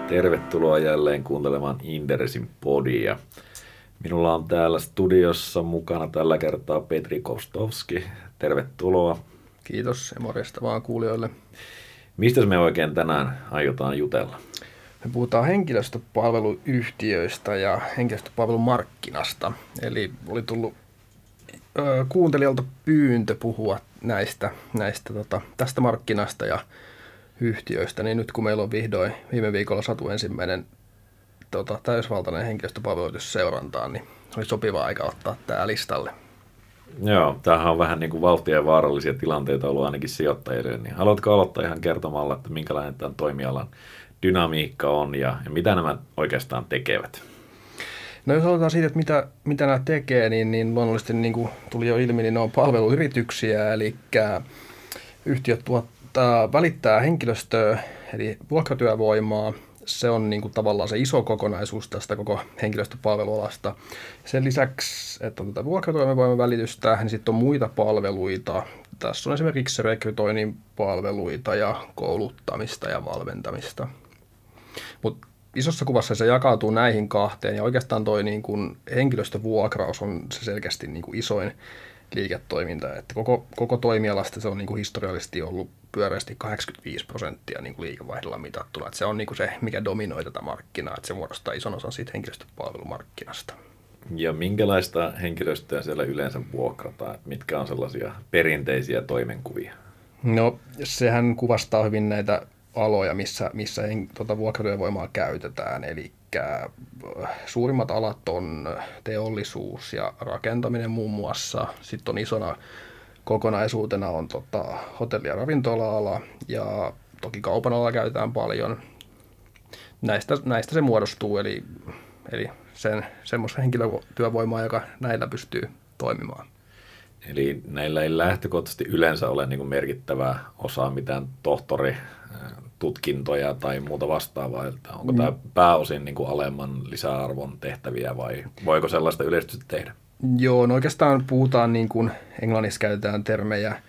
Tervetuloa jälleen kuuntelemaan Inderesin podia. Minulla on täällä studiossa mukana tällä kertaa Petri Kostovski. Tervetuloa. Kiitos ja morjesta vaan kuulijoille. Mistä me oikein tänään aiotaan jutella? Me puhutaan henkilöstöpalveluyhtiöistä ja henkilöstöpalvelumarkkinasta. Eli oli tullut kuuntelijalta pyyntö puhua tästä markkinasta ja yhtiöistä, niin nyt kun meillä on vihdoin viime viikolla saatu ensimmäinen täysvaltainen henkilöstöpalveluyritys seurantaan, niin oli sopiva aika ottaa tämä listalle. Joo, tämähän on vähän niin kuin vauhtia ja vaarallisia tilanteita ollut ainakin sijoittajille. Niin haluatko aloittaa ihan kertomalla, että minkälainen tämän toimialan dynamiikka on ja mitä nämä oikeastaan tekevät? No jos aloitetaan siitä, että mitä nämä tekee, niin luonnollisesti niin kuin tuli jo ilmi, niin ne on palveluyrityksiä, eli yhtiöt välittää henkilöstöä, eli vuokratyövoimaa. Se on niin kuin tavallaan se iso kokonaisuus tästä koko henkilöstöpalvelualasta. Sen lisäksi, että on tätä vuokratyövoiman välitystä, niin sitten on muita palveluita. Tässä on esimerkiksi rekrytoinnin palveluita ja kouluttamista ja valmentamista. Mutta isossa kuvassa se jakautuu näihin kahteen, ja oikeastaan tuo niin kuin henkilöstövuokraus on se selkeästi niin kuin isoin liiketoiminta. Että koko toimialasta se on niin kuin historiallisesti ollut pyöreästi 85% niin kuin liikevaihdolla mitattuna. Että se on niin kuin se, mikä dominoi tätä markkinaa, että se muodostaa ison osan siitä henkilöstöpalvelumarkkinasta. Ja minkälaista henkilöstöä siellä yleensä vuokrataan? Mitkä on sellaisia perinteisiä toimenkuvia? No, sehän kuvastaa hyvin näitä aloja, missä vuokratyövoimaa käytetään. Eli suurimmat alat on teollisuus ja rakentaminen muun muassa. Sitten on isona kokonaisuutena on hotelli- ja ravintola-ala ja toki kaupan alalla käytetään paljon. Näistä se muodostuu, eli semmoista henkilötyövoimaa, joka näillä pystyy toimimaan. Eli näillä ei lähtökohtaisesti yleensä ole niin kuin merkittävää osaa mitään tohtoritutkintoja tai muuta vastaavaa. Onko tämä pääosin niin kuin alemman lisäarvon tehtäviä vai voiko sellaista yleisesti tehdä? Joo, no oikeastaan puhutaan niin kuin englannissa käytetään termejä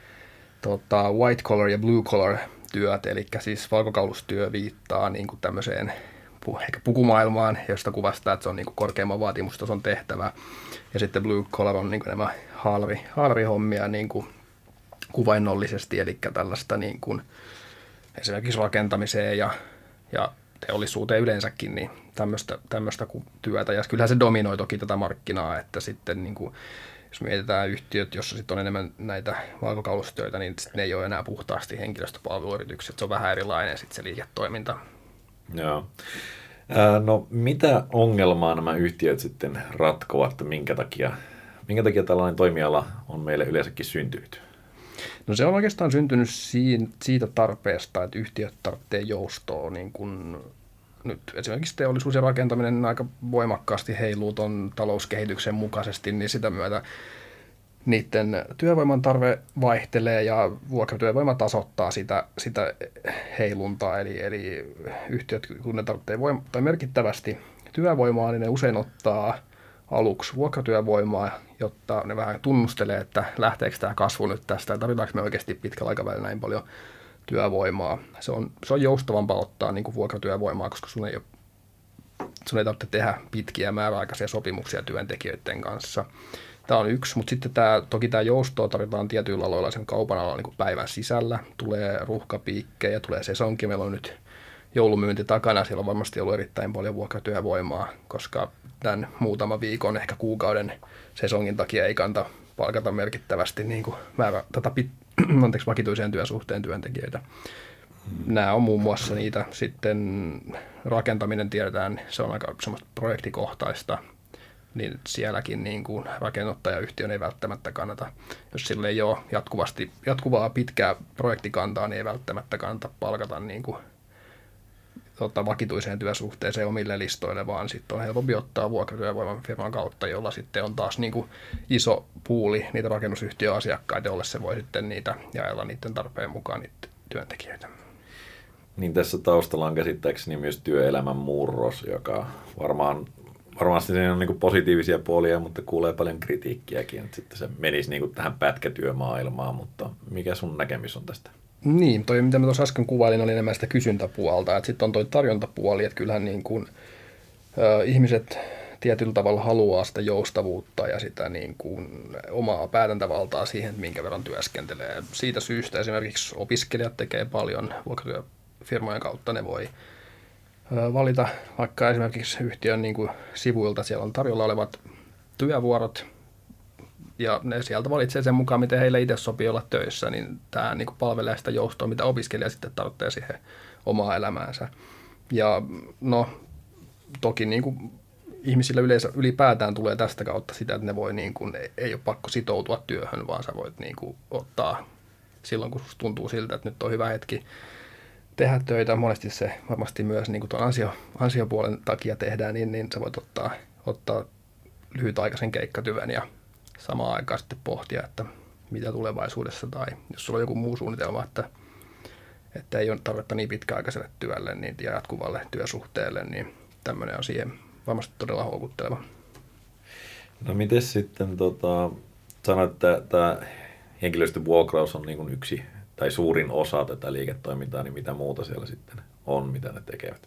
white collar ja blue collar työt, eli siis valkokaulustyö viittaa niin kuin tämmöiseen ehkä pukumaailmaan, josta kuvastaa, että se on niin kuin korkeamman vaatimustason tehtävä. Ja sitten blue collar on niin kuin nämä haalarihommia niin kuin kuvainnollisesti, eli tällaista niin kuin esimerkiksi rakentamiseen ja teollisuuteen yleensäkin, niin tämmöistä työtä. Ja kyllähän se dominoi toki tätä markkinaa, että sitten niin kuin, jos mietitään yhtiöt, jossa sitten on enemmän näitä valkokaulustyötä, niin ne ei ole enää puhtaasti henkilöstöpalveluyritykset. Se on vähän erilainen sitten se liiketoiminta. Joo. No mitä ongelmaa nämä yhtiöt sitten ratkovat, että minkä takia tällainen toimiala on meille yleensäkin syntynyt? No se on oikeastaan syntynyt siitä tarpeesta, että yhtiöt tarvitsee joustoa, niin kuin nyt esimerkiksi teollisuus ja rakentaminen aika voimakkaasti heiluu ton talouskehityksen mukaisesti, niin sitä myötä niiden työvoiman tarve vaihtelee ja vuokratyövoima tasoittaa sitä heiluntaa, eli yhtiöt, kun ne tarvitsee merkittävästi työvoimaa, niin ne usein ottaa aluksi vuokratyövoimaa, jotta ne vähän tunnustelee, että lähteekö tämä kasvu nyt tästä, ja tarvitaanko me oikeasti pitkällä aikavälillä näin paljon työvoimaa. Se on joustavampaa ottaa niin kuin vuokratyövoimaa, koska sun ei tarvitse tehdä pitkiä määräaikaisia sopimuksia työntekijöiden kanssa. Tämä on yksi, mutta sitten toki tämä joustoa tarvitaan tietyillä aloilla sen kaupan alalla niin kuin päivän sisällä. Tulee ruuhkapiikkejä, tulee sesonki. Meillä on nyt joulumyynti takana. Siellä on varmasti ollut erittäin paljon vuokratyövoimaa, koska tämän muutaman viikon, ehkä kuukauden sesongin takia ei kannata palkata merkittävästi niin kuin vakituiseen työsuhteen työntekijöitä. Nämä on muun muassa niitä. Sitten rakentaminen tiedetään, se on aika semmoista projektikohtaista. Niin sielläkin niin kuin rakennuttajayhtiön ei välttämättä kannata, jos sillä ei ole jatkuvaa pitkää projektikantaa, niin ei välttämättä kannata palkata niin kuin, vakituiseen työsuhteeseen omille listoille, vaan sitten on helpompi ottaa vuokratyövoiman firman kautta, jolla sitten on taas niin kuin iso puuli niitä rakennusyhtiöasiakkaita, jolle se voi sitten niitä jaella niiden tarpeen mukaan niitä työntekijöitä. Niin tässä taustalla on käsittääkseni myös työelämän murros, joka varmasti siinä on niin kuin positiivisia puolia, mutta kuulee paljon kritiikkiäkin, että sitten se menisi niin kuin tähän pätkätyömaailmaan, mutta mikä sun näkemys on tästä? Niin, toi mitä mä tuossa äsken kuvailin oli enemmän sitä kysyntäpuolta, että sitten on toi tarjontapuoli, että kyllähän niin kuin, ihmiset tietyllä tavalla haluaa sitä joustavuutta ja sitä niin kuin omaa päätäntävaltaa siihen, että minkä verran työskentelee. Siitä syystä esimerkiksi opiskelijat tekee paljon vuokratyöfirmojen kautta, ne voi valita vaikka esimerkiksi yhtiön niin kuin sivuilta, siellä on tarjolla olevat työvuorot, ja ne sieltä valitsee sen mukaan, miten heille itse sopii olla töissä, niin tämä niin kuin palvelee sitä joustoa, mitä opiskelija sitten tarvitsee siihen omaa elämäänsä. Ja no, toki niin kuin ihmisillä yleensä ylipäätään tulee tästä kautta sitä, että ne voi niin kuin, ei ole pakko sitoutua työhön, vaan sä voit niin kuin ottaa silloin, kun tuntuu siltä, että nyt on hyvä hetki tehdä töitä. Monesti se varmasti myös niin kuin tuon ansiopuolen takia tehdään, niin sä voit ottaa lyhytaikaisen keikkatyön ja samaan aikaan sitten pohtia, että mitä tulevaisuudessa, tai jos sulla on joku muu suunnitelma, että ei ole tarvetta niin pitkäaikaiselle työlle niin, ja jatkuvalle työsuhteelle, niin tämmöinen on siihen varmasti todella houkutteleva. No miten sitten, sanoit, että tämä henkilöstövuokraus on niin kuin yksi tai suurin osa tätä liiketoimintaa, niin mitä muuta siellä sitten on, mitä ne tekevät?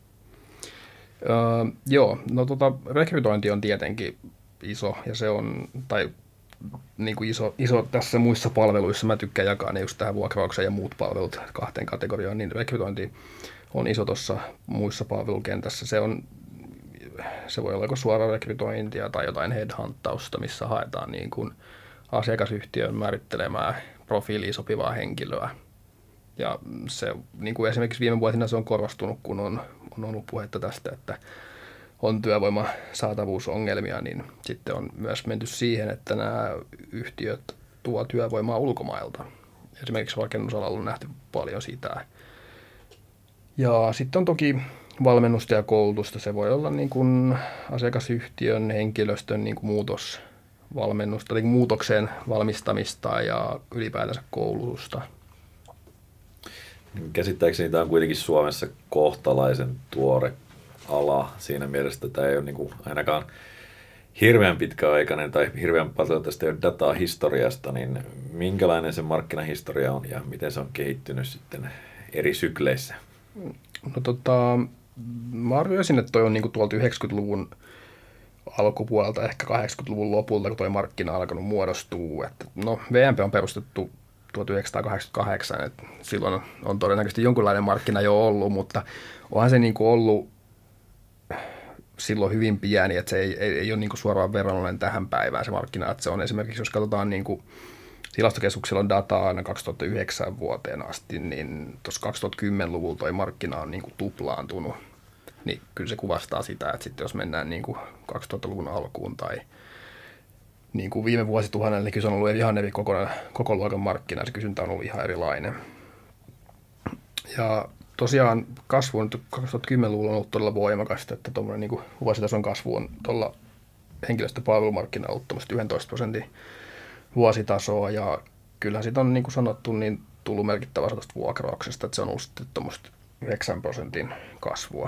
Joo, no rekrytointi on tietenkin iso, ja se on, tai niin kuin iso tässä muissa palveluissa, mä tykkään jakaa ne just tähän vuokraukseen ja muut palvelut kahteen kategoriaan, niin rekrytointi on iso tuossa muissa palvelukentässä. Se voi olla joko suora rekrytointia tai jotain headhuntausta, missä haetaan niin kuin asiakasyhtiön määrittelemää profiiliin sopivaa henkilöä. Ja se, niin kuin esimerkiksi viime vuosina se on korostunut, kun on ollut puhetta tästä, että on työvoiman saatavuusongelmia, niin sitten on myös menty siihen, että nämä yhtiöt tuo työvoimaa ulkomailta. Esimerkiksi rakennusalalla on nähty paljon sitä. Ja sitten on toki valmennusta ja koulutusta. Se voi olla niin kuin asiakasyhtiön henkilöstön niin kuin muutosvalmennusta, eli muutokseen valmistamista ja ylipäätänsä koulutusta. Käsittääkseni tämä on kuitenkin Suomessa kohtalaisen tuore ala siinä mielessä, että tämä ei ole niin kuin ainakaan hirveän pitkäaikainen tai hirveän paljon tästä ei ole dataa historiasta, niin minkälainen se markkinahistoria on ja miten se on kehittynyt sitten eri sykleissä? No mä arvioisin, että toi on niinku tuolta 90-luvun alkupuolelta, ehkä 80-luvun lopulta, kun toi markkina on alkanut muodostua. Että, no, VMP on perustettu 1988, että silloin on todennäköisesti jonkinlainen markkina jo ollut, mutta onhan se niinku ollut silloin hyvin pieni, että se ei ole niinku suoraan verrannollinen tähän päivään se markkina. Että se on esimerkiksi, jos katsotaan niinku Tilastokeskuksella on dataa aina 2009 vuoteen asti, niin tuossa 2010-luvulla toi markkina on niinku tuplaantunut. Niin kyllä se kuvastaa sitä, että sitten jos mennään niinku 2000-luvun alkuun tai niinku viime vuosituhannella, niin kyllä se on ollut ihan eri koko luokan markkina, se kysyntä on ollut ihan erilainen. Ja tosiaan kasvu nyt 2010-luvulla on ollut todella voimakasta, että tuommoinen niinku vuositason kasvu on tuolla henkilöstöpalvelumarkkinalla ollut 11% vuositasoa, ja kyllähän siitä on, niin kuin sanottu, niin tullut merkittävä osa tuosta vuokrauksesta, että se on ollut sitten tuommoista 9% kasvua.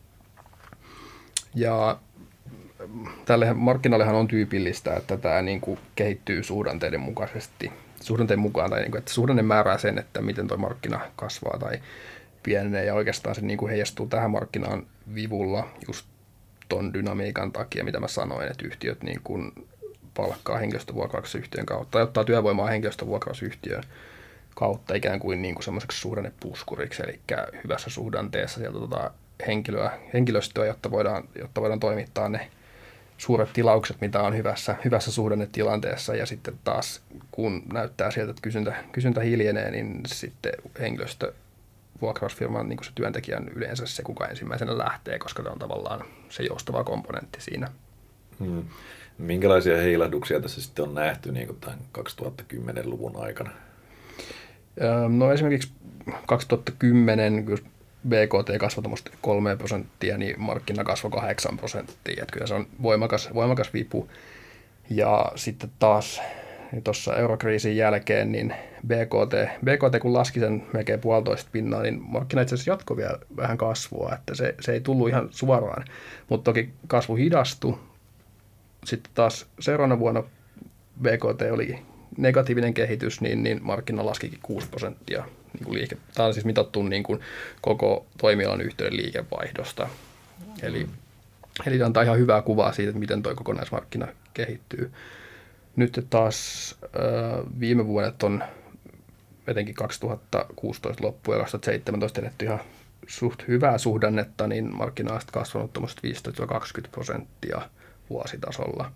Ja tälle markkinallehan on tyypillistä, että tämä niin kuin kehittyy suhdanteen mukaan, tai niin kuin, että suhdanne määrää sen, että miten tuo markkina kasvaa tai pienenee, ja oikeastaan se niin kuin heijastuu tähän markkinaan vivulla just ton dynamiikan takia, mitä mä sanoin, että yhtiöt niin kuin palkkaa henkilöstövuokrausyhtiön kautta tai ottaa työvoimaa henkilöstövuokrausyhtiön kautta ikään kuin semmoiseksi suhdannepuskuriksi, eli hyvässä suhdanteessa sieltä henkilöstöä, jotta voidaan toimittaa ne suuret tilaukset, mitä on hyvässä suhdannetilanteessa, ja sitten taas kun näyttää sieltä, että kysyntä hiljenee, niin sitten henkilöstövuokrausfirman niin se työntekijän yleensä se, kuka ensimmäisenä lähtee, koska se on tavallaan se joustava komponentti siinä. Minkälaisia heilahduksia tässä sitten on nähty niin kuin tämän 2010-luvun aikana? No esimerkiksi 2010, kun BKT kasvoi 3%, niin markkina kasvoi 8%. Että kyllä se on voimakas vipu. Ja sitten taas tuossa eurokriisin jälkeen, niin BKT kun laski sen melkein 1,5%, niin markkina itse asiassa jatkoi vielä vähän kasvua. Että se ei tullut ihan suoraan, mutta toki kasvu hidastui. Sitten taas seuraavana vuonna BKT oli negatiivinen kehitys, niin markkina laskikin 6% niin kuin tämä on siis mitattu niin kuin koko toimialan yhteyden liikevaihdosta. Eli tämä antaa ihan hyvää kuvaa siitä, että miten tuo kokonaismarkkina kehittyy. Nyt taas viime vuodet on etenkin 2016 loppuun ja 2017 edetty ihan suht hyvää suhdannetta, niin markkina on kasvanut tuommoista 15-20% vuositasolla.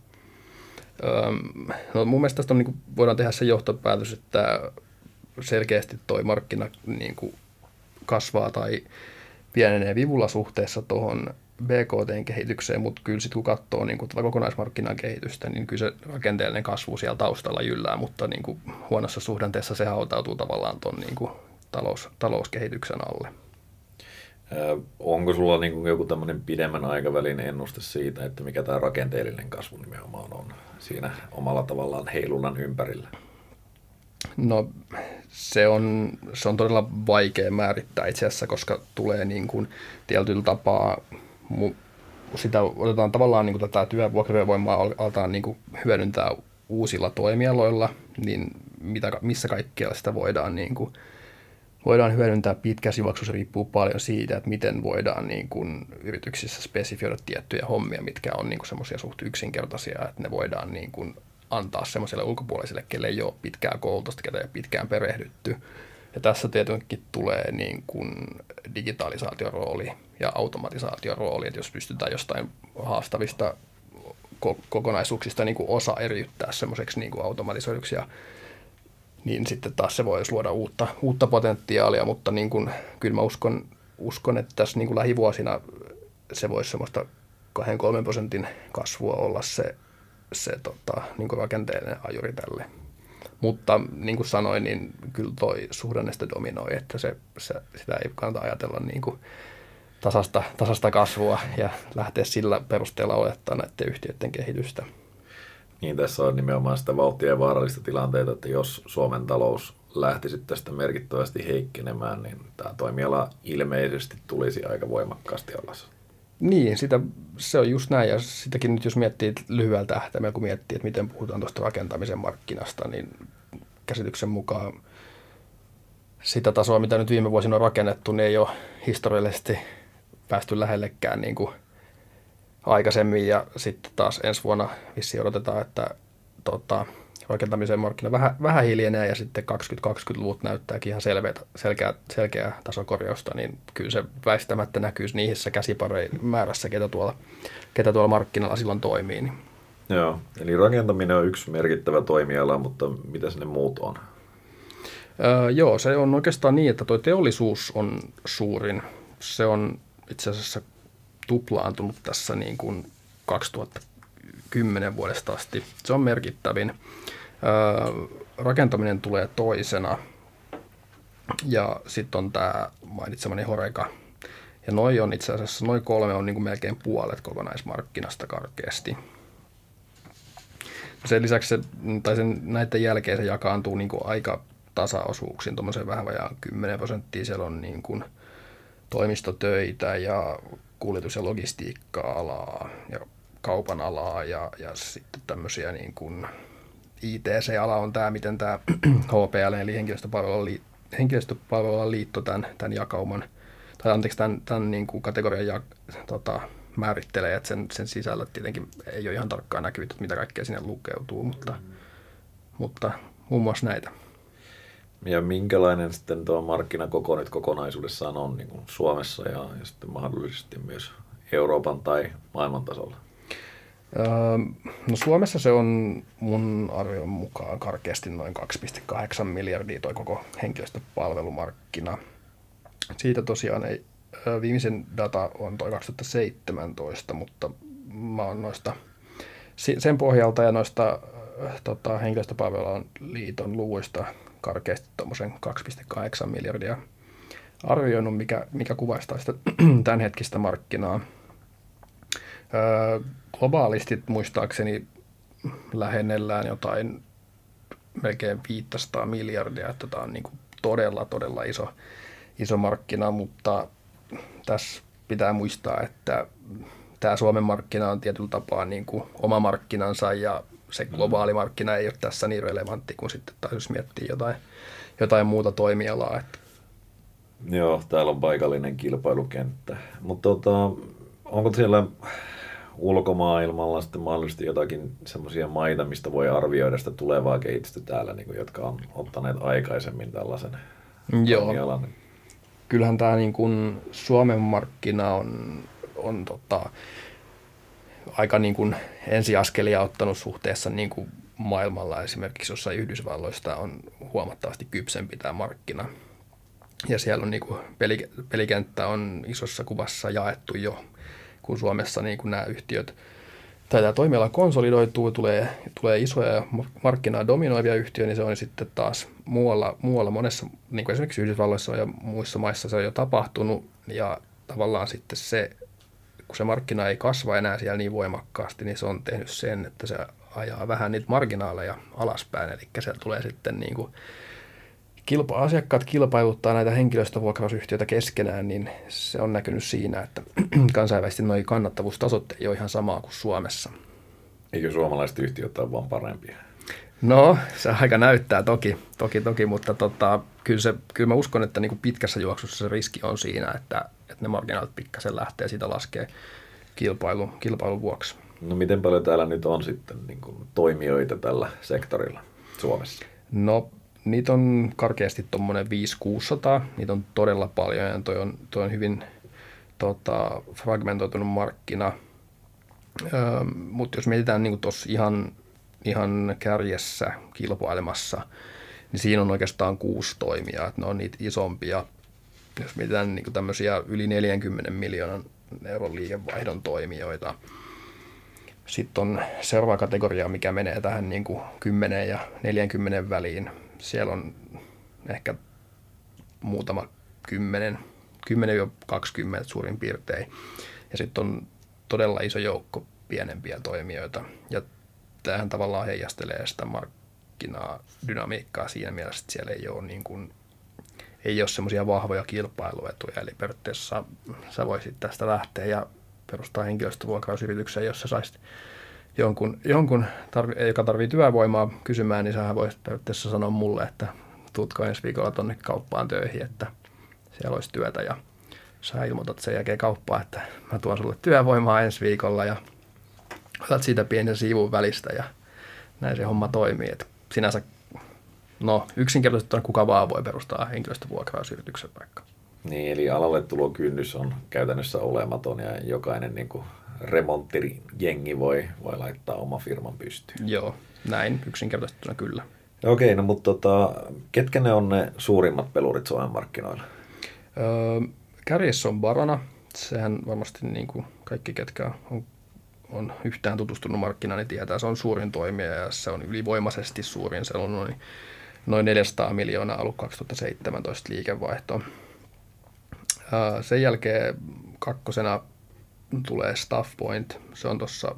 No mun mielestä tästä on, niin kuin, voidaan tehdä se johtopäätös, että selkeästi toi markkina niin kuin kasvaa tai pienenee vivulla suhteessa tuohon BKT-kehitykseen, mutta kyllä sitten kun katsoo niin kuin tätä kokonaismarkkinan kehitystä, niin kyllä se rakenteellinen kasvu siellä taustalla jyllää, mutta niin kuin huonossa suhdanteessa se hautautuu tavallaan tuon niin kuin talouskehityksen alle. Onko sulla niin kuin joku tämmöinen pidemmän aikavälin ennuste siitä, että mikä tämä rakenteellinen kasvu nimenomaan on siinä omalla tavallaan heilunnan ympärillä? No se on todella vaikea määrittää itse asiassa, koska tulee niin kuin tietyllä tapaa, sitä otetaan tavallaan niin kuin tätä vuokratyövoimaa aletaan niin kuin hyödyntää uusilla toimialoilla, niin missä kaikkialla sitä voidaan hyödyntää pitkässä juoksussa, riippuu paljon siitä, että miten voidaan niin kuin yrityksissä spesifioida tiettyjä hommia, mitkä on niin kuin semmoisia suht yksinkertaisia, että ne voidaan niin kuin antaa semmoiselle ulkopuoliselle, kelle ei ole pitkää koulutusta, ketä ei ole pitkään perehdytty. Ja tässä tietenkin tulee niin kuin digitalisaatiorooli ja automatisaatiorooli, että jos pystytään jostain haastavista kokonaisuuksista niin kuin osa eriyttää semmoiseksi niin kuin automatisoiduksi, niin sitten taas se voi luoda uutta potentiaalia, mutta niin kuin, kyllä mä uskon, että tässä niin kuin lähivuosina se voisi semmoista 2-3% kasvua olla se niin kuin rakenteellinen ajuri tälle. Mutta niin kuin sanoin, niin kyllä toi suhdannesta dominoi, että sitä ei kannata ajatella niin kuin tasasta kasvua ja lähteä sillä perusteella olettaa näiden yhtiöiden kehitystä. Niin, tässä on nimenomaan sitä vauhtia ja vaarallista tilanteita, että jos Suomen talous lähtisi tästä merkittävästi heikkenemään, niin tämä toimiala ilmeisesti tulisi aika voimakkaasti alas. Niin, se on just näin, ja sitäkin nyt jos miettii lyhyellä tähtäimellä, kun miettii, että miten puhutaan tuosta rakentamisen markkinasta, niin käsityksen mukaan sitä tasoa, mitä nyt viime vuosina on rakennettu, niin ei ole historiallisesti päästy lähellekään niin kuin aikaisemmin, ja sitten taas ensi vuonna vissiin odotetaan, että rakentamisen markkina vähän hiljenee, ja sitten 2020-luvut näyttääkin ihan selkeää tasokorjausta, niin kyllä se väistämättä näkyy niissä käsipareiden määrässä, ketä tuolla markkinalla silloin toimii. Niin. Joo, eli rakentaminen on yksi merkittävä toimiala, mutta mitä ne muut on? Joo, se on oikeastaan niin, että tuo teollisuus on suurin. Se on itse asiassa tuplaantunut tässä niin kuin 2010 vuodesta asti. Se on merkittävin. Rakentaminen tulee toisena. Ja sitten on tämä mainitsemani Horeca. Ja noin 3 on niin kuin melkein puolet kokonaismarkkinasta karkeasti. Sen lisäksi näiden jälkeen se jakaantuu niin kuin aika tasaosuuksiin, tuommoiseen vähän vajaan 10%. Siellä on niin kuin toimistotöitä ja kuljetus- ja logistiikka-alaa ja kaupan alaa ja sitten tämmöisiä niin kuin ITC-ala on tämä, miten tämä HPL eli henkilöstöpalvelualan liitto tämän jakauman, tai anteeksi tämän niin kuin kategorian määrittelee, että sen sisällä tietenkin ei ole ihan tarkkaan näkyvyyttä, mitä kaikkea sinne lukeutuu, mutta muun muassa näitä. Ja minkälainen sitten tuo markkinakoko nyt kokonaisuudessaan on niin kuin Suomessa ja sitten mahdollisesti myös Euroopan tai maailman tasolla? No Suomessa se on mun arvion mukaan karkeasti noin 2,8 miljardia toi koko henkilöstöpalvelumarkkina. Siitä tosiaan viimeisen data on toi 2017, mutta mä oon sen pohjalta ja noista henkilöstöpalvelualan liiton luvuista karkeasti tuommoisen 2,8 miljardia arvioinut, mikä kuvaistaa sitä tämänhetkistä markkinaa. Globaalisti muistaakseni lähennellään jotain melkein 500 miljardia, että tämä on niin kuin todella iso markkina, mutta tässä pitää muistaa, että tämä Suomen markkina on tietyllä tapaa niin kuin oma markkinansa ja se globaali markkina ei ole tässä niin relevantti kuin sitten taas jos miettii jotain muuta toimialaa. Että Joo, täällä on paikallinen kilpailukenttä. Mutta onko siellä ulkomaailmalla sitten mahdollisesti jotakin semmoisia maita, mistä voi arvioida sitä tulevaa kehitystä täällä, niin kuin, jotka on ottaneet aikaisemmin tällaisen Joo, toimialan? kyllähän tämä niin kuin Suomen markkina on aika niin kuin ensiaskelia ottanut suhteessa niin kuin maailmalla. Esimerkiksi jossain Yhdysvalloista on huomattavasti kypsempi tämä markkina. Ja siellä on niin kuin pelikenttä on isossa kuvassa jaettu jo, kun Suomessa niin kuin nämä yhtiöt tai tämä toimiala konsolidoituu, tulee isoja ja markkinaa dominoivia yhtiöitä, niin se on sitten taas muualla monessa, niin kuin esimerkiksi Yhdysvalloissa ja muissa maissa se on jo tapahtunut, ja tavallaan sitten se, kun se markkina ei kasva enää siellä niin voimakkaasti, niin se on tehnyt sen, että se ajaa vähän niitä marginaaleja alaspäin, eli siellä tulee sitten niin kuin asiakkaat kilpailuttaa näitä henkilöstövuokrausyhtiöitä keskenään, niin se on näkynyt siinä, että kansainvälisesti nuo kannattavuustasot ei ole ihan samaa kuin Suomessa. Eikö suomalaiset yhtiöt ole vaan parempia? No, se aika näyttää toki mutta kyllä mä uskon, että niin kuin pitkässä juoksussa se riski on siinä, että ne marginaalit pikkasen lähtee siitä laskee kilpailun vuoksi. No miten paljon täällä nyt on sitten niin kuin toimijoita tällä sektorilla Suomessa? No, niitä on karkeasti tuommoinen 500-600, niitä on todella paljon ja toi on hyvin fragmentoitunut markkina. Mutta jos mietitään niin tuossa ihan kärjessä kilpailemassa, niin siinä on oikeastaan 6 toimijaa, että ne on niitä isompia. Jos mietitään niin tämmöisiä yli 40 miljoonan euron liikevaihdon toimijoita. Sitten on seuraava kategoria, mikä menee tähän niin kuin 10 ja 40 väliin. Siellä on ehkä muutama 10-20 suurin piirtein. Ja sitten on todella iso joukko pienempiä toimijoita. Ja tämähän tavallaan heijastelee sitä markkinaa, dynamiikkaa siinä mielessä, että siellä ei ole semmoisia vahvoja kilpailuetuja. Eli periaatteessa sä voisit tästä lähteä ja perustaa henkilöstövuokrausyrityksen, jos sä saisit jonkun joka tarvitsee työvoimaa kysymään, niin sähän voisit periaatteessa sanoa mulle, että tuutko ensi viikolla tonne kauppaan töihin, että siellä olisi työtä ja sä ilmoitat sen jälkeen kauppaan, että mä tuon sulle työvoimaa ensi viikolla ja otat siitä pienen siivun välistä ja näin se homma toimii. Et sinänsä, yksinkertaisesti kuka vaan voi perustaa henkilöstövuokrausyrityksen vaikka. Niin, eli alalle tulokynnys on käytännössä olematon ja jokainen niin kuin remonttijengi voi laittaa oma firman pystyyn. Joo, näin yksinkertaisesti kyllä. Okei, no mutta ketkä ne on ne suurimmat pelurit Suomen markkinoilla? Kärjessä on Barana. Sehän varmasti niin kuin kaikki, ketkä on yhtään tutustunut markkinaan, niin tietää, se on suurin toimija ja se on ylivoimaisesti suurin. Se on noin 400 miljoonaa ollut 2017 liikevaihto. Sen jälkeen kakkosena tulee Staffpoint. Se on tuossa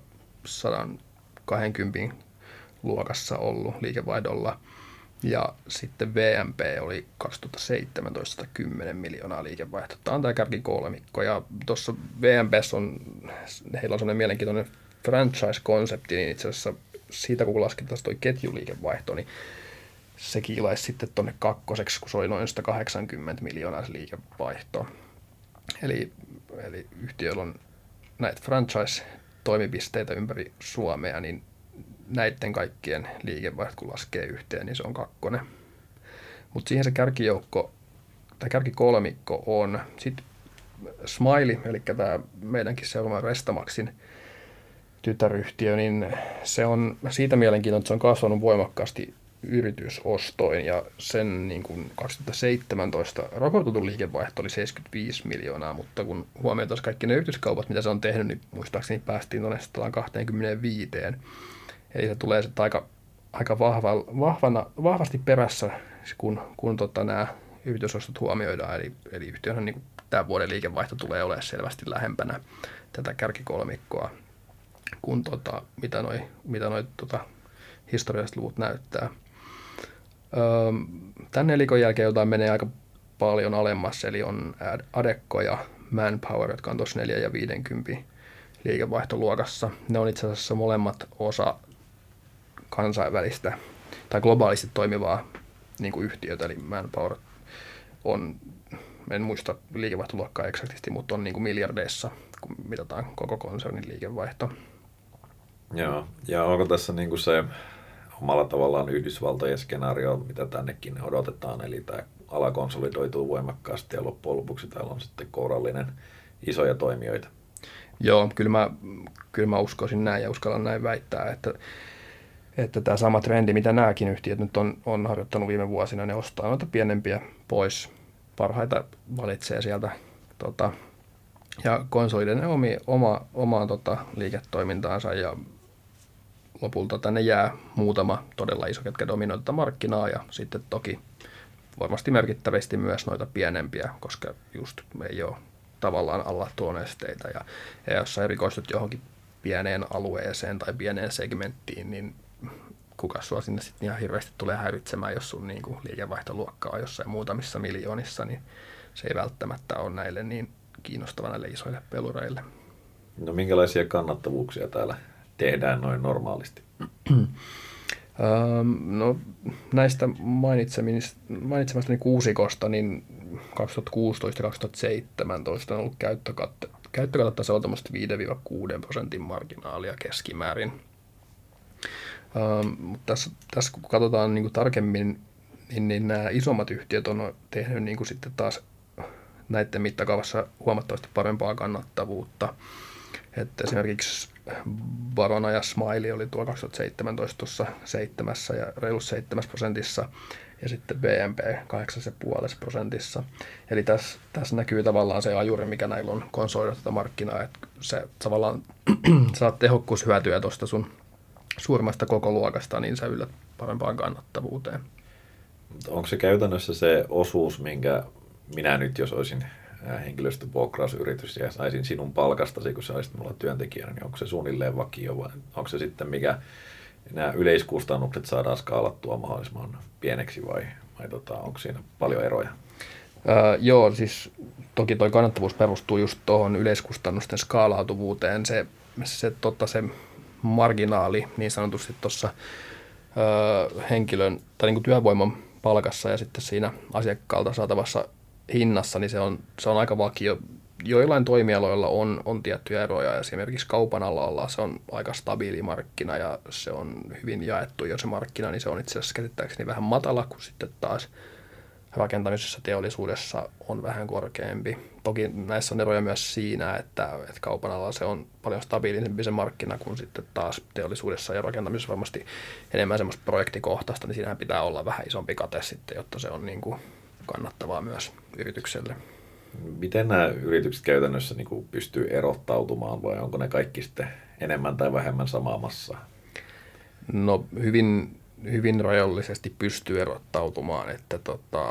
120 luokassa ollut liikevaihdolla. Ja sitten VMP oli 2017 10 miljoonaa liikevaihtoa. Tämä on tämä kärkikolmikko. Ja tuossa VMP:ssä heillä on sellainen mielenkiintoinen franchise-konsepti, niin itse asiassa siitä kun lasketaan tuo ketjuliikevaihto, niin se kiilaisi sitten tuonne kakkoseksi, kun se oli noin 180 miljoonaa se liikevaihto. Eli yhtiöllä on näitä franchise-toimipisteitä ympäri Suomea, niin näiden kaikkien liikevaihdot, kun laskee yhteen, niin se on kakkonen. Mutta siihen se kärkijoukko, tai kärkikolmikko on. Sitten Smiley, eli tämä meidänkin seuraava Restamaxin tytäryhtiö, niin se on siitä mielenkiintoinen, että se on kasvanut voimakkaasti yritysostoin, ja sen niin kuin 2017 raportoitu liikevaihto oli 75 miljoonaa, mutta kun huomioitaisiin kaikki ne yrityskaupat, mitä se on tehnyt, niin muistaakseni päästiin tuonne 125. Eli se tulee sitten aika vahvasti perässä, kun nämä yritysostot huomioidaan. Eli yhtiön niin tämän vuoden liikevaihto tulee olemaan selvästi lähempänä tätä kärkikolmikkoa kuin mitä noi historialliset luvut näyttää. Tän nelikon jälkeen jotain menee aika paljon alemmas, eli on Adecco ja Manpower, jotka on tuossa 4 ja 50 liikevaihtoluokassa. Ne on itse asiassa molemmat osa kansainvälistä tai globaalisti toimivaa niin kuin yhtiötä, eli Manpower on en muista liikevaihtoluokkaa eksaktisti, mutta on niin kuin miljardeissa, kun mitataan koko konsernin liikevaihto. Joo, ja onko tässä niin kuin se omalla tavallaan Yhdysvaltojen skenaario, mitä tännekin odotetaan, eli tämä ala konsolidoituu voimakkaasti ja loppujen lopuksi täällä on sitten kourallinen isoja toimijoita. Joo, kyllä mä uskoisin näin ja uskallan näin väittää, että tämä sama trendi, mitä nämäkin yhtiöt nyt on harjoittanut viime vuosina, ne ostaa noita pienempiä pois, parhaita valitsee sieltä ja konsolidoi omaa liiketoimintaansa ja lopulta tänne jää muutama todella iso, ketkä dominoivat tätä markkinaa ja sitten toki varmasti merkittävästi myös noita pienempiä, koska just ei ole tavallaan alla tuonesteita ja jos sä erikoistut johonkin pieneen alueeseen tai pieneen segmenttiin, niin kuka sua sinne sitten ihan hirveästi tulee häiritsemään, jos sun niin kuin liikevaihtoluokka on jossain muutamissa miljoonissa, niin se ei välttämättä ole näille niin kiinnostava näille isoille pelureille. No minkälaisia kannattavuuksia täällä tehdään noin normaalisti? No näistä mainitsemastani kuusikosta, niin 2016 ja 2017 on ollut käyttökattetasolla tämmöistä 5-6% marginaalia keskimäärin. Mutta tässä kun katsotaan niin kuin tarkemmin, niin nämä isommat yhtiöt on tehnyt niin kuin sitten taas näiden mittakaavassa huomattavasti parempaa kannattavuutta. Että esimerkiksi Barona ja Smiley oli tuo 2017 tuossa 7 ja reilu 7%, ja sitten BNP 8,5%. Eli tässä näkyy tavallaan se ajuri, mikä näillä on konsolidoida tätä markkinaa, että se tavallaan saat tehokkuushyötyä tuosta sun suurimmasta kokoluokasta, niin sä yllät parempaan kannattavuuteen. Onko se käytännössä se osuus, minkä minä nyt, jos olisin henkilöstövuokrausyritys ja saisin sinun palkastasi, kun sä olisit mulla työntekijänä, niin onko se suunnilleen vakio vai onko se sitten mikä nämä yleiskustannukset saadaan skaalattua mahdollisimman pieneksi vai onko siinä paljon eroja? Joo, siis toki toi kannattavuus perustuu just tuohon yleiskustannusten skaalautuvuuteen. Se marginaali niin sanotusti tuossa henkilön tai niin kuin työvoiman palkassa ja sitten siinä asiakkaalta saatavassa hinnassa, niin se on aika vakio. Joillain toimialoilla on tiettyjä eroja. Esimerkiksi kaupan alalla se on aika stabiili markkina ja se on hyvin jaettu jo se markkina, niin se on itse asiassa käsittääkseni vähän matala, kun sitten taas rakentamisessa teollisuudessa on vähän korkeampi. Toki näissä on eroja myös siinä, että kaupan alalla se on paljon stabiilisempi se markkina kuin sitten taas teollisuudessa ja rakentamisessa varmasti enemmän semmoista projektikohtaista, niin siinähän pitää olla vähän isompi kate sitten, jotta se on niin kuin kannattavaa myös yritykselle. Miten nämä yritykset käytännössä niin kuin pystyy erottautumaan vai onko ne kaikki sitten enemmän tai vähemmän samaa massaa? No hyvin rajallisesti pystyy erottautumaan, että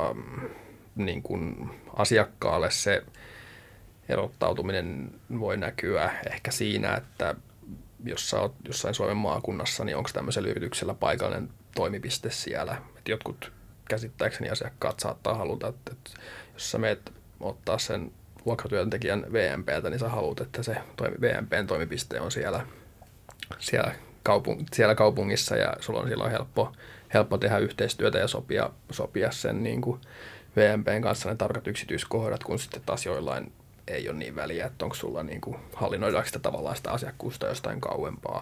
niin kuin asiakkaalle se erottautuminen voi näkyä ehkä siinä, että jos sä oot jossain Suomen maakunnassa, niin onko tämmöisellä yrityksellä paikallinen toimipiste siellä. Et jotkut käsittääkseni asiakkaat saattaa haluta, että jos sä meet ottaa sen vuokratyöntekijän VMP:ltä, niin sä haluat, että se VMP:n toimipiste on siellä kaupungissa ja sulla on silloin helppo tehdä yhteistyötä ja sopia sen niin kuin VMP:n kanssa ne tarkat yksityiskohdat, kun sitten taas joillain ei ole niin väliä, että onko sulla niin kuin hallinnoidaanko sitä tavallaan sitä asiakkuusta jostain kauempaa.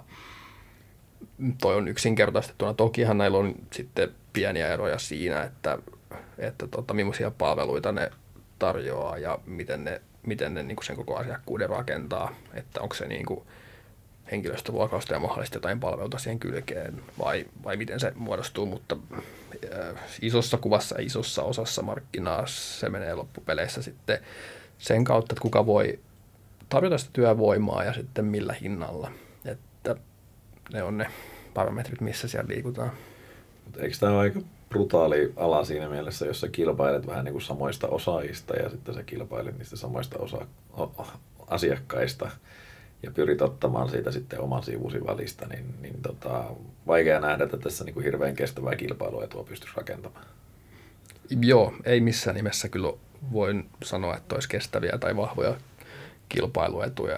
Toi on yksinkertaistettuna. Tokihan näillä on sitten pieniä eroja siinä, että millaisia palveluita ne tarjoaa ja miten ne niin kuin sen koko asiakkuuden rakentaa, että onko se niin kuin henkilöstövuokrausta ja mahdollisesti jotain palveluita siihen kylkeen vai miten se muodostuu, mutta isossa kuvassa ja isossa osassa markkinaa se menee loppupeleissä sitten sen kautta, että kuka voi tarjota sitä työvoimaa ja sitten millä hinnalla, että ne on ne parametrit, missä siellä liikutaan. Eikö tämä ole aika brutaali ala siinä mielessä, jos sä kilpailet vähän niin kuin samoista osaajista ja sitten sä kilpailet niistä samoista asiakkaista ja pyrit ottamaan siitä sitten oman sivusi välistä, niin vaikea nähdä, että tässä niin kuin hirveän kestävää kilpailua tuo pystyisi rakentamaan. Joo, ei missään nimessä kyllä voin sanoa, että olisi kestäviä tai vahvoja kilpailuetuja.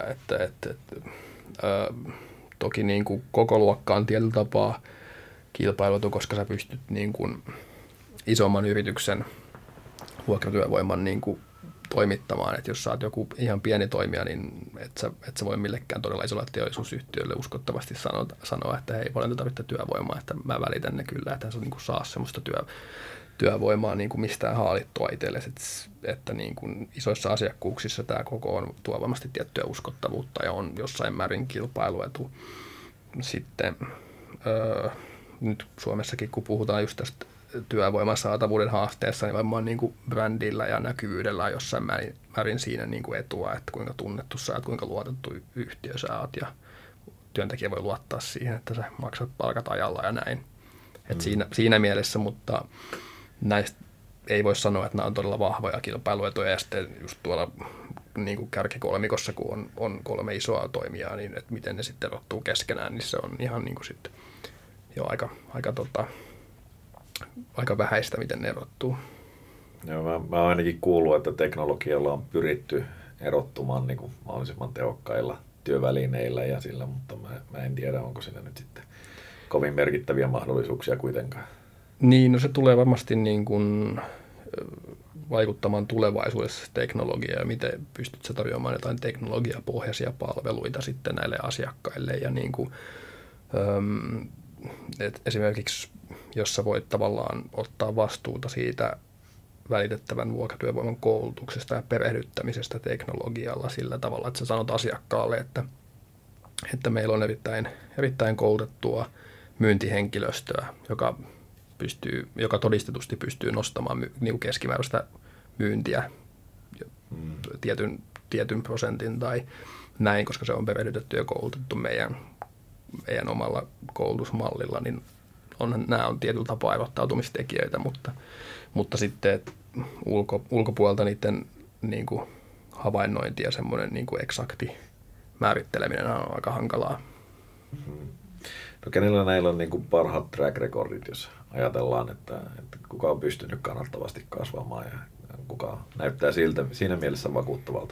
Toki niin kuin koko luokka on tietyllä tapaa kilpailuetu, koska sä pystyt niin kuin isomman yrityksen vuokratyövoiman niin kuin toimittamaan. Että jos sä oot joku ihan pieni toimija, niin et sä voi millekään todella isolle teollisuusyhtiölle uskottavasti sanoa, että hei, paljon te tarvitte työvoimaa, että mä välitän ne kyllä, että sä niin kuin saa semmoista työvoimaa niin kuin mistään haalittua itsellesi, että niin kuin isoissa asiakkuuksissa tämä koko on tuo varmasti tiettyä uskottavuutta ja on jossain määrin kilpailuetu. Sitten nyt Suomessakin, kun puhutaan just tästä työvoiman saatavuuden haasteessa, niin varmaan niin kuin brändillä ja näkyvyydellä on jossain määrin siinä niin kuin etua, että kuinka tunnettu sä oot, kuinka luotettu yhtiö sä oot ja työntekijä voi luottaa siihen, että sä maksat palkat ajalla ja näin. Et siinä mielessä, mutta näistä ei voi sanoa, että nämä on todella vahvoja kilpailuetuja ja sitten just tuolla niin kuin kärkikolmikossa, kun on 3 isoa toimijaa, niin että miten ne sitten erottuu keskenään, niin se on ihan niin kuin sitten jo aika vähäistä, miten ne erottuu. Joo, mä oon ainakin kuullut, että teknologialla on pyritty erottumaan niin kuin mahdollisimman tehokkailla työvälineillä ja sillä, mutta mä en tiedä, onko siinä nyt sitten kovin merkittäviä mahdollisuuksia kuitenkaan. Niin, no se tulee varmasti niin kuin vaikuttamaan tulevaisuudessa teknologiaa ja miten pystyt sä tarjoamaan jotain teknologiapohjaisia palveluita sitten näille asiakkaille ja niin kuin, esimerkiksi jos sä voit tavallaan ottaa vastuuta siitä välitettävän vuokratyövoiman koulutuksesta ja perehdyttämisestä teknologialla sillä tavalla, että sä sanot asiakkaalle, että meillä on erittäin koulutettua myyntihenkilöstöä, joka todistetusti pystyy nostamaan keskimääräistä myyntiä tietyn prosentin tai näin, koska se on perehdytetty ja koulutettu meidän omalla koulutusmallilla, niin nämä on tietyllä tapaa erottautumistekijöitä, mutta sitten ulkopuolelta niiden niin kuin havainnointi ja semmoinen niin kuin eksakti määritteleminen on aika hankalaa. No kenellä näillä on niin kuin parhaat track recordit, jos ajatellaan, että kuka on pystynyt kannattavasti kasvamaan ja kuka näyttää siinä mielessä vakuuttavalta?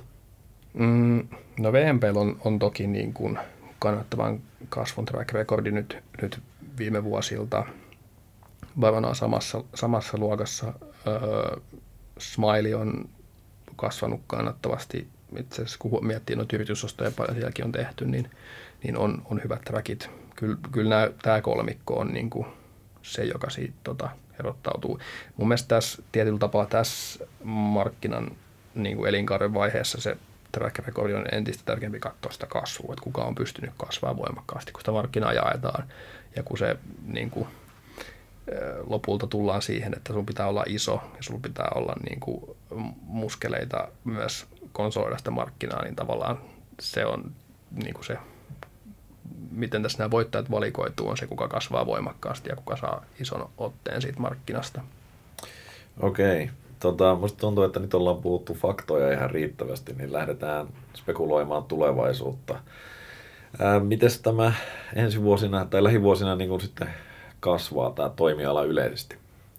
No VMP:llä on toki niin kuin kannattavan kasvun track recordi nyt viime vuosilta varmaan samassa luokassa. Smiley on kasvanut kannattavasti. Itse asiassa kun miettii noita yritysostoja paljon sielläkin on tehty, niin on hyvät trackit. Kyllä tämä kolmikko on niin kuin se, joka siitä erottautuu. Mun mielestä tässä tietyllä tapaa tässä markkinan niin kuin elinkaaren vaiheessa se track record on entistä tärkeämpi katsoa sitä kasvua, että kuka on pystynyt kasvamaan voimakkaasti, kun sitä markkinaa jaetaan ja kun se niin kuin, lopulta tullaan siihen, että sun pitää olla iso ja sun pitää olla niin kuin muskeleita myös konsoloida sitä markkinaa, niin tavallaan se on niin kuin se, miten tässä nämä voittajat valikoituu, on se, kuka kasvaa voimakkaasti ja kuka saa ison otteen siitä markkinasta. Okei. Musta tuntuu, että nyt ollaan puhuttu faktoja ihan riittävästi, niin lähdetään spekuloimaan tulevaisuutta. Mites tämä ensi vuosina tai lähivuosina niin kuin sitten kasvaa tämä toimiala yleisesti?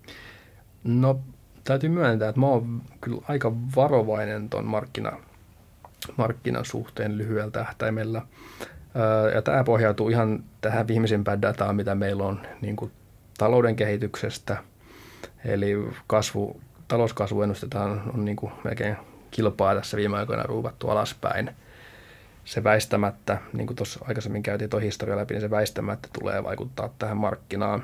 No täytyy myöntää, että mä oon kyllä aika varovainen ton markkinan suhteen lyhyellä tähtäimellä. Ja tämä pohjautuu ihan tähän viimeisimpään dataan, mitä meillä on niin kuin talouden kehityksestä. Eli talouskasvuennustetaan on niin kuin melkein kilpaa tässä viime aikoina ruuvattu alaspäin. Se väistämättä, niin kuin tuossa aikaisemmin käytiin tuo historia läpi, niin se väistämättä tulee vaikuttaa tähän markkinaan.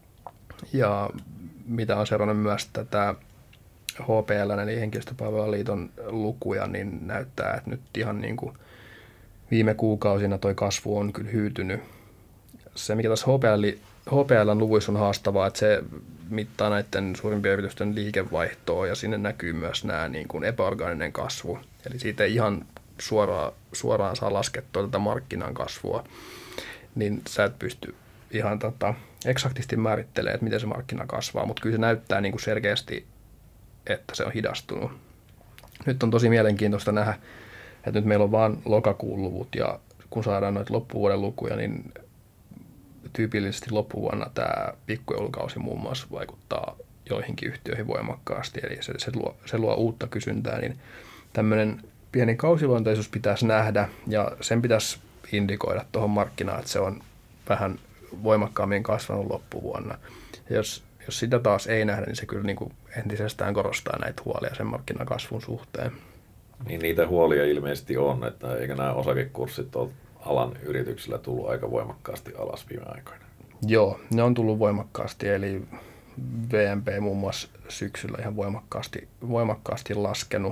Ja mitä on seurannut myös tätä HPL, eli Henkilöstöpalveluliiton lukuja, niin näyttää, että nyt ihan niin kuin viime kuukausina toi kasvu on kyllä hyytynyt. Se, mikä tässä HPL:n luvuissa on haastavaa, että se mittaa näiden suurimpien yritysten liikevaihtoa ja sinne näkyy myös nämä niin kuin epäorgaaninen kasvu. Eli siitä ei ihan suoraan saa laskettua tätä markkinan kasvua, niin sä et pysty ihan eksaktisti määrittelemään, että miten se markkina kasvaa, mutta kyllä se näyttää niin kuin selkeästi, että se on hidastunut. Nyt on tosi mielenkiintoista nähdä, että nyt meillä on vain lokakuun luvut ja kun saadaan noita loppuvuoden lukuja, niin tyypillisesti loppuvuonna tämä pikkujoulukausi muun muassa vaikuttaa joihinkin yhtiöihin voimakkaasti, eli se luo uutta kysyntää, niin tämmöinen pieni kausiluonteisuus pitäisi nähdä ja sen pitäisi indikoida tuohon markkinaan, että se on vähän voimakkaammin kasvanut loppuvuonna. Ja jos jos sitä taas ei nähdä, niin se kyllä niin kuin entisestään korostaa näitä huolia sen markkinakasvun suhteen. Niin niitä huolia ilmeisesti on, että eikö nämä osakekurssit ole alan yrityksillä tullut aika voimakkaasti alas viime aikoina? Joo, ne on tullut voimakkaasti, eli VNP muun muassa syksyllä ihan voimakkaasti laskenut.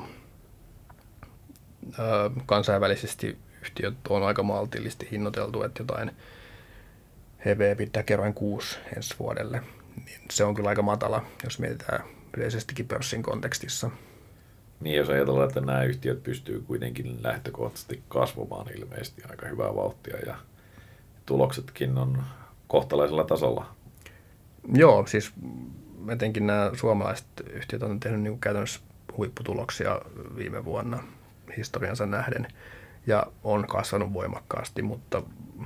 Kansainvälisesti yhtiöt on aika maltillisesti hinnoiteltu, että jotain EV/EBITDA kerroin 6 ensi vuodelle. Niin se on kyllä aika matala, jos mietitään yleisestikin pörssin kontekstissa. Niin, jos ajatellaan, että nämä yhtiöt pystyy kuitenkin lähtökohtaisesti kasvamaan ilmeisesti aika hyvää vauhtia ja tuloksetkin on kohtalaisella tasolla. Joo, siis etenkin nämä suomalaiset yhtiöt on tehnyt niin kuin käytännössä huipputuloksia viime vuonna historiansa nähden ja on kasvanut voimakkaasti, mutta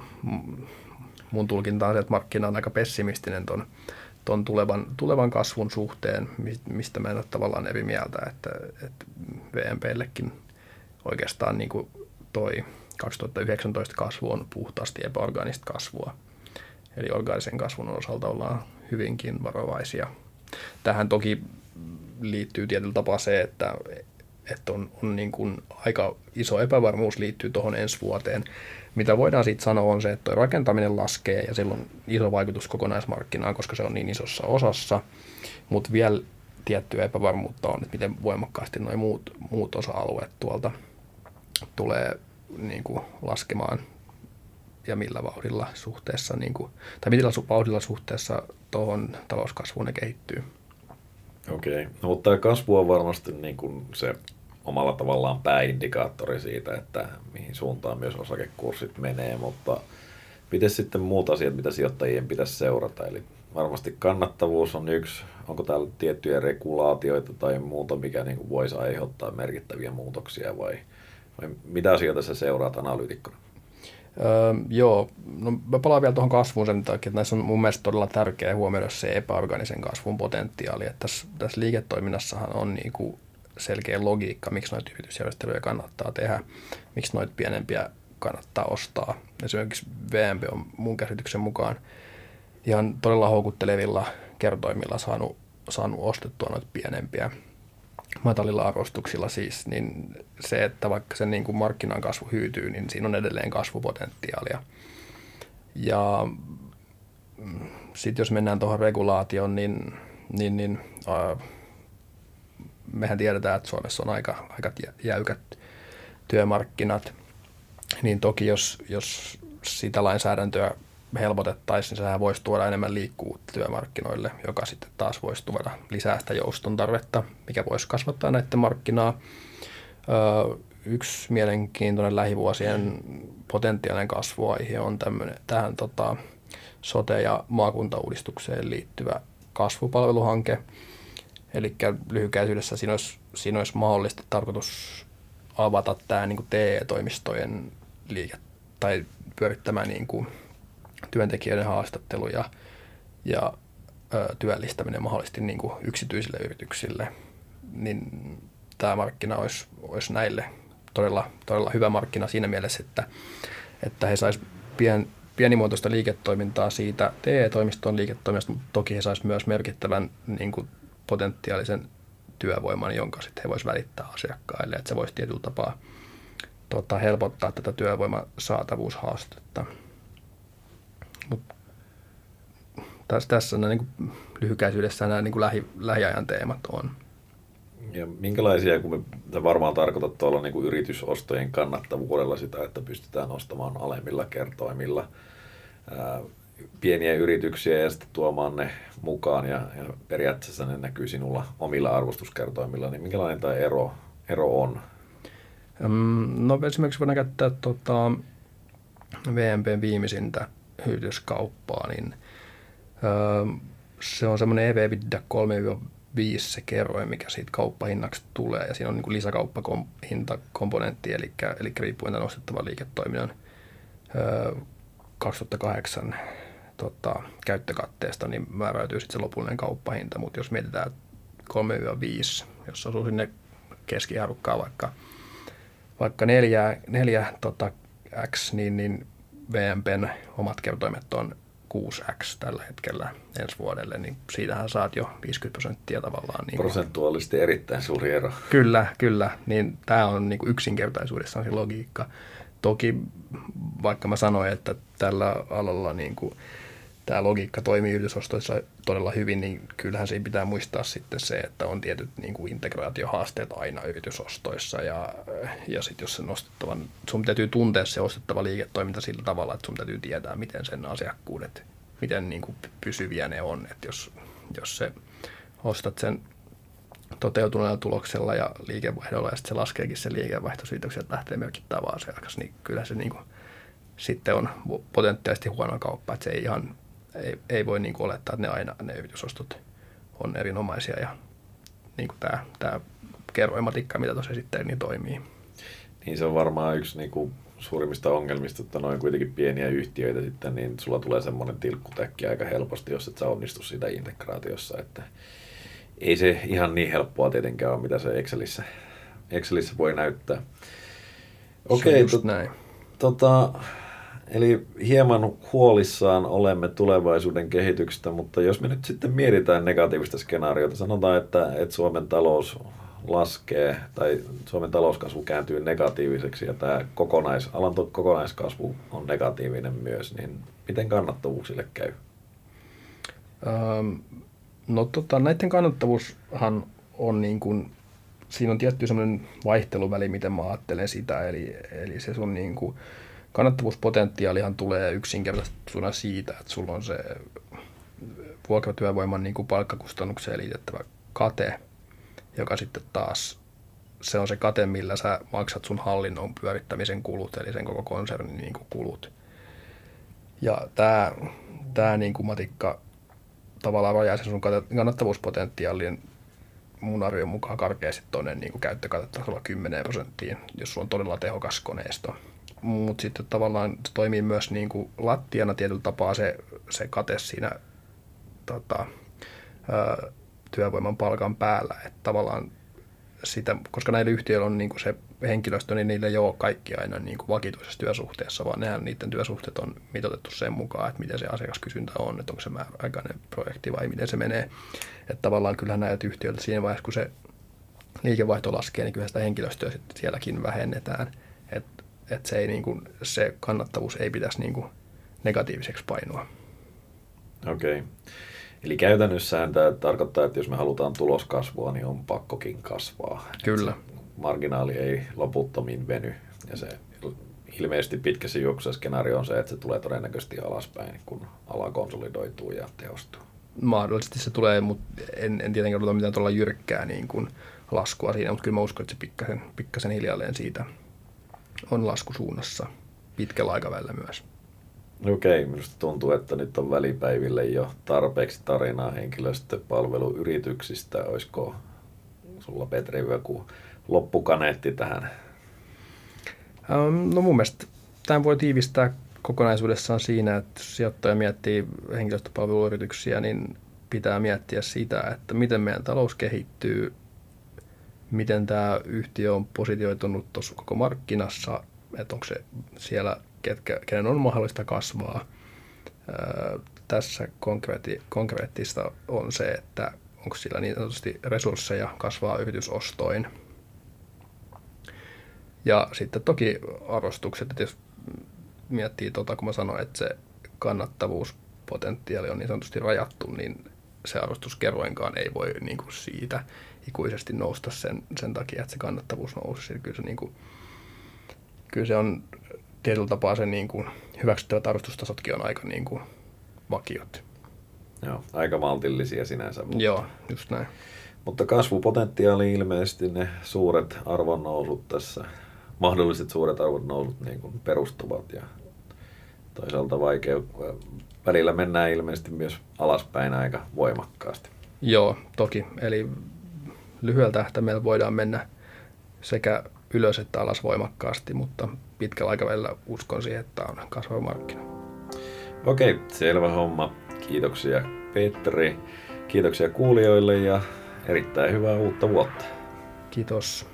mun tulkinta on se, että markkina on aika pessimistinen ton tulevan kasvun suhteen, mistä mä en ole tavallaan eri mieltä, että VNP:llekin oikeastaan niin kuin toi 2019 kasvu on puhtaasti epäorgaanista kasvua. Eli orgaanisen kasvun osalta ollaan hyvinkin varovaisia. Tähän toki liittyy tietyllä tapaa se, että on niin kuin aika iso epävarmuus liittyy tuohon ensi vuoteen. Mitä voidaan siitä sanoa on se, että rakentaminen laskee ja sillä on iso vaikutus kokonaismarkkinaan, koska se on niin isossa osassa. Mutta vielä tiettyä epävarmuutta on, että miten voimakkaasti nuo muut osa-alueet tuolta tulee niin kuin laskemaan ja millä vauhdilla suhteessa, niin kuin, tai millä vauhdilla suhteessa tuohon talouskasvuun ne kehittyy. Okei, no, mutta tämä kasvu on varmasti niin kuin se omalla tavallaan pääindikaattori siitä, että mihin suuntaan myös osakekurssit menee, mutta miten sitten muut asiat, mitä sijoittajien pitäisi seurata? Eli varmasti kannattavuus on yksi. Onko täällä tiettyjä regulaatioita tai muuta, mikä niin kuin voisi aiheuttaa merkittäviä muutoksia vai mitä asioita sä seuraat analyytikkona? Joo, no mä palaan vielä tuohon kasvuun sen takia, että näissä on mun mielestä todella tärkeää huomioida se epäorganisen kasvun potentiaali, että tässä liiketoiminnassahan on niin kuin selkeä logiikka, miksi noita yritysjärjestelyjä kannattaa tehdä, miksi noita pienempiä kannattaa ostaa. Esimerkiksi VNP on mun käsityksen mukaan ihan todella houkuttelevilla kertoimilla saanut ostettua noita pienempiä matalilla arvostuksilla siis, niin se, että vaikka sen niin kuin markkinan kasvu hyytyy, niin siinä on edelleen kasvupotentiaalia. Ja sitten jos mennään tuohon regulaatioon, niin mehän tiedetään, että Suomessa on aika jäykät työmarkkinat, niin toki jos sitä lainsäädäntöä helpotettaisiin, niin sehän voisi tuoda enemmän liikkuvuutta työmarkkinoille, joka sitten taas voisi tuoda lisää sitä jouston tarvetta, mikä voisi kasvattaa näiden markkinaa. Yksi mielenkiintoinen lähivuosien potentiaalinen kasvuaihe on tähän sote- ja maakuntauudistukseen liittyvä kasvupalveluhanke. Eli lyhykäisyydessä siinä olisi mahdollisesti tarkoitus avata tämä niin kuin TE-toimistojen liike tai pyörittämään niin kuin työntekijöiden haastattelu ja työllistäminen mahdollisesti niin kuin yksityisille yrityksille, niin tämä markkina olisi näille todella hyvä markkina siinä mielessä, että he saisivat pienimuotoista liiketoimintaa siitä TE-toimiston liiketoiminnasta, mutta toki he saisivat myös merkittävän niin kuin potentiaalisen työvoiman, jonka sitten he voisivat välittää asiakkaille, että se voisi tietyllä tapaa helpottaa tätä työvoiman saatavuushaastetta. Tässä nämä niin lyhykäisyydessä nämä niin lähiajan teemat on. Ja minkälaisia, kun me varmaan tarkoitat tuolla niin kuin yritysostojen kannattavuudella sitä, että pystytään ostamaan alemmilla kertoimilla pieniä yrityksiä ja sitten tuomaan ne mukaan ja periaatteessa ne näkyy sinulla omilla arvostuskertoimilla, niin minkälainen tämä ero on? No esimerkiksi voidaan käyttää VNP:n viimeisintä hyvityskauppaa, niin se on semmoinen EV/EBITDA 3-5 se kerroin, mikä siitä kauppahinnaksi tulee, ja siinä on niin kuin lisäkauppahintakomponentti, eli riippuen nostettavan liiketoiminnan 2008 käyttökatteesta, niin määräytyy sitten se lopullinen kauppahinta, mutta jos mietitään 3-5, jos osuu sinne keskiarvokkaan vaikka 4 X, niin VNP:n omat kertoimet on 6x tällä hetkellä ensi vuodelle, niin siitähän saat jo 50% tavallaan. Niin prosentuaalisesti erittäin suuri ero. Kyllä. Niin tämä on niin yksinkertaisuudessaan se logiikka. Toki vaikka mä sanoin, että tällä alalla niin kuin tämä logiikka toimii yritysostoissa todella hyvin, niin kyllähän siinä pitää muistaa sitten se, että on tietyt niin kuin integraatiohaasteet aina yritysostoissa ja sitten jos se nostettavan, sun täytyy tuntea se ostettava liiketoiminta sillä tavalla, että sun täytyy tietää, miten sen asiakkuudet, miten niin kuin pysyviä ne on, että jos se ostat sen toteutuneella tuloksella ja liikevaihdolla ja sitten se laskeekin se liikevaihto siitä, kun sieltä lähtee merkittävä asiakas, niin kyllä se niin kuin, sitten on potentiaalisesti huono kauppa, että se ei voi niin kuin olettaa, että ne yritysostot on erinomaisia ja niin kuin tämä kerroimatikka, mitä tuossa esittelee, niin toimii. Niin se on varmaan yksi niin kuin suurimmista ongelmista, että noin kuitenkin pieniä yhtiöitä sitten, niin sulla tulee semmoinen tilkkutäkki aika helposti, jos et sä onnistu siitä integraatiossa, että ei se ihan niin helppoa tietenkään ole, mitä se Excelissä voi näyttää. Okei, näin. Eli hieman huolissaan olemme tulevaisuuden kehityksestä, mutta jos me nyt sitten mietitään negatiivista skenaariota, sanotaan, että Suomen talous laskee tai Suomen talouskasvu kääntyy negatiiviseksi ja tämä alan kokonaiskasvu on negatiivinen myös, niin miten kannattavuuksille käy? Näiden kannattavuushan on niin kuin, siinä on tietty sellainen vaihteluväli, miten mä ajattelen sitä, eli se sun niin kuin kannattavuuspotentiaalihan tulee yksinkertaisena siitä, että sulla on se vuokratyövoiman niin kuin palkkakustannukseen liitettävä kate, joka sitten taas se on se kate, millä sä maksat sun hallinnon pyörittämisen kulut, eli sen koko konsernin niin kuin kulut. Ja tämä niin kuin matikka tavallaan rajaa sen sun kannattavuuspotentiaalin mun arvion mukaan karkeasti tuonne niin kuin käyttökatetasolla 10%, jos sulla on todella tehokas koneisto. Mutta sitten tavallaan se toimii myös niin kuin lattiana tietyllä tapaa se kate siinä työvoiman palkan päällä. Että tavallaan sitä, koska näillä yhtiöillä on niin kuin se henkilöstö, niin niillä ei ole kaikki aina niin kuin vakituisessa työsuhteessa, vaan niiden työsuhteet on mitoitettu sen mukaan, että miten se asiakaskysyntä on, että onko se määräaikainen projekti vai miten se menee. Että tavallaan kyllähän näitä yhtiöitä siinä vaiheessa, kun se liikevaihto laskee, niin kyllä sitä henkilöstöä sitten sielläkin vähennetään. Että se, ei niin kuin, se kannattavuus ei pitäisi niin kuin negatiiviseksi painua. Okei. Eli käytännössähän tämä tarkoittaa, että jos me halutaan tuloskasvua, niin on pakkokin kasvaa. Kyllä. Marginaali ei loputtomiin veny. Ja se ilmeisesti pitkässä juoksussa skenaario on se, että se tulee todennäköisesti alaspäin, kun ala konsolidoituu ja tehostuu. Mahdollisesti se tulee, mutta en tietenkään odota mitään tuolla jyrkkää niin kuin laskua siinä, mutta kyllä mä uskon, että se pikkasen hiljalleen siitä on laskusuunnassa pitkällä aikavälillä myös. Okei, minusta tuntuu, että nyt on välipäiville jo tarpeeksi tarinaa henkilöstöpalveluyrityksistä. Olisiko sulla, Petri, joku loppukaneetti tähän? No mun mielestä tämän voi tiivistää kokonaisuudessaan siinä, että jos sijoittaja miettii henkilöstöpalveluyrityksiä, niin pitää miettiä sitä, että miten meidän talous kehittyy, miten tämä yhtiö on positioitunut tuossa koko markkinassa, että onko se siellä, kenen on mahdollista kasvaa. Tässä konkreettista on se, että onko sillä niin sanotusti resursseja kasvaa yritysostoin. Ja sitten toki arvostukset, että jos miettii, kun mä sanoin, että se kannattavuuspotentiaali on niin sanotusti rajattu, niin se arvostuskerroinkaan ei voi niin kuin siitä ikuisesti nousta sen takia, että se kannattavuus nousisi. Kyllä se on tietyllä tapaa se niin kuin hyväksyttävät arvostustasotkin on aika niin kuin vakiot. Joo, aika maltillisia sinänsä. Joo, just näin. Mutta kasvupotentiaali ilmeisesti ne suuret arvonnousut tässä, mahdolliset suuret arvonnousut niin kuin perustuvat ja toisaalta välillä mennään ilmeisesti myös alaspäin aika voimakkaasti. Joo, toki. Eli lyhyellä tähtäimellä voidaan mennä sekä ylös että alas voimakkaasti, mutta pitkällä aikavälillä uskon siihen, että on kasvava markkina. Okei, selvä homma. Kiitoksia, Petri. Kiitoksia kuulijoille ja erittäin hyvää uutta vuotta. Kiitos.